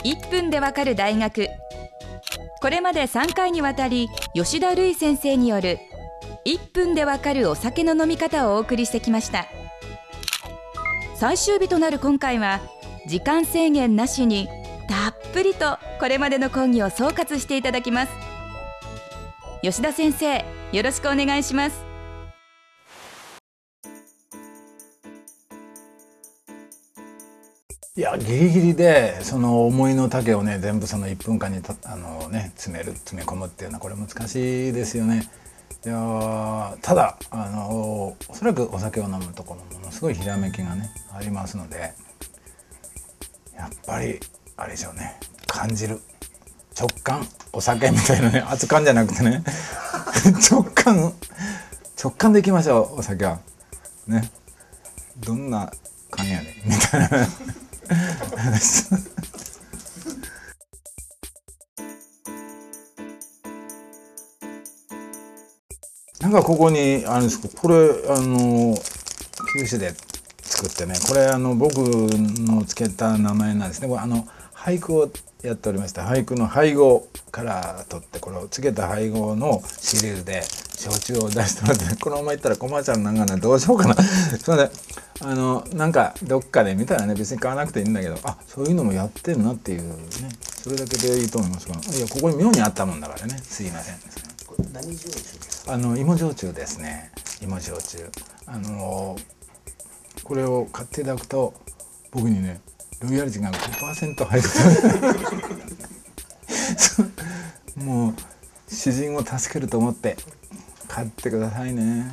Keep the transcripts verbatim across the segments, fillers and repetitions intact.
いっぷんでわかる大学。これまでさんかいにわたり吉田類先生によるいっぷんでわかるお酒の飲み方をお送りしてきました。最終日となる今回は時間制限なしにたっぷりとこれまでの講義を総括していただきます。吉田先生、よろしくお願いします。 いや、ギリギリでその思いの丈をね全部そのいっぷんかんにあの、ね、詰める詰め込むっていうのはこれ難しいですよね。いやただあのおそらくお酒を飲むところものすごいひらめきがねありますので、やっぱりあれでしょうね、感じる直感、お酒みたいなね、熱燗じゃなくてね直感直感でいきましょう。お酒はね、どんな燗やねんみたいななんかここにあれですか、これあの九州で作ってね、これあの僕のつけた名前なんですね。これあの俳句をやっておりました。俳句の俳号から取って、これをつけた俳号のシリーズで焼酎を出してもらって、このままいったらコマーシャルなんかね、どうしようかなそれであのなんかどっかで見たらね、別に買わなくていいんだけど、あ、そういうのもやってるなっていうね、それだけでいいと思いますが、いやここに妙にあったもんだからね、すいません。 これ何焼酎ですか？ あの芋焼酎ですね。芋焼酎、あのこれを買っていただくと僕にねロイヤリティが ごパーセント 入るもう詩人を助けると思って買ってくださいね。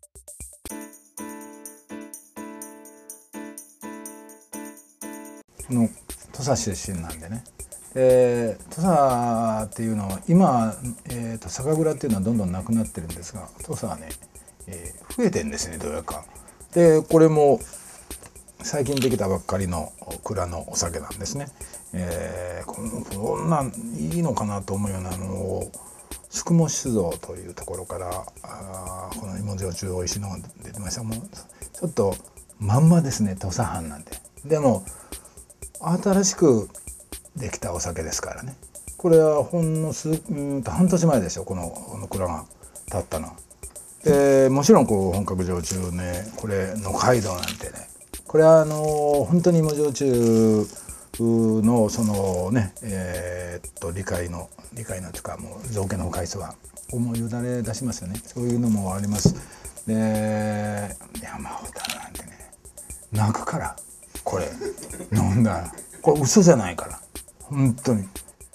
この土佐出身なんでね、えー、土佐っていうのは今、えー、と酒蔵っていうのはどんどんなくなってるんですが、土佐はね、えー、増えてんですね、どうやか。でこれも最近できたばっかりの蔵のお酒なんですね。えー、こんこんなんいいのかなと思うような、あの宿毛酒造というところからあこの芋焼酎おいしいのが出てました。もうちょっとまんまですね、土佐藩なんで。でも新しくできたお酒ですからね。これはほんの数うんと半年前でしょ、このこの蔵が建ったのは。えー、もちろんこう本格焼酎ね、これの街道なんてね、これはあの本当に芋焼酎のそのね、えー、っと理解の理解のというか、もう造形の深い人は思いよだれ出しますよね。そういうのもあります。で山ほたなんてね、泣くからこれ飲んだら、これ嘘じゃないから本当に。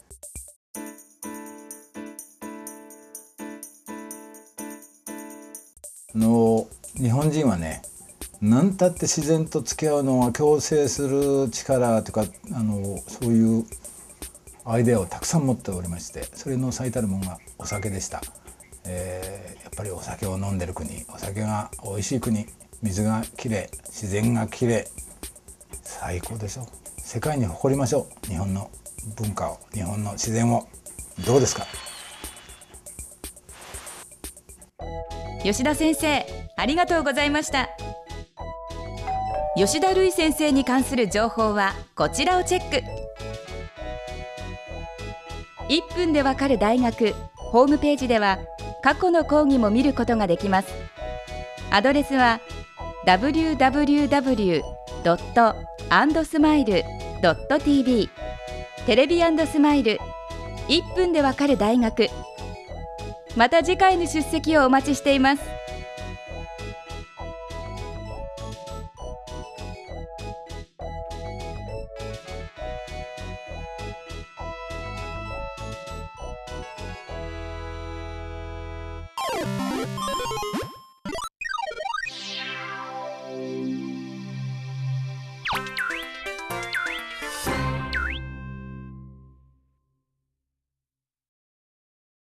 あの日本人はね、何たって自然と付き合うのは共生する力というか、あのそういうアイデアをたくさん持っておりまして、それの最たるものがお酒でした。えー、やっぱりお酒を飲んでる国、お酒が美味しい国、水がきれい、自然がきれい、最高でしょ。世界に誇りましょう、日本の文化を、日本の自然を。どうですか？ 吉田先生、ありがとうございました。吉田類先生に関する情報はこちらをチェック。いっぷんでわかる大学ホームページでは過去の講義も見ることができます。アドレスは ダブリューダブリューダブリュードットアンドスマイルドットティービー テレビ&スマイルいっぷんでわかる大学。また次回の出席をお待ちしています。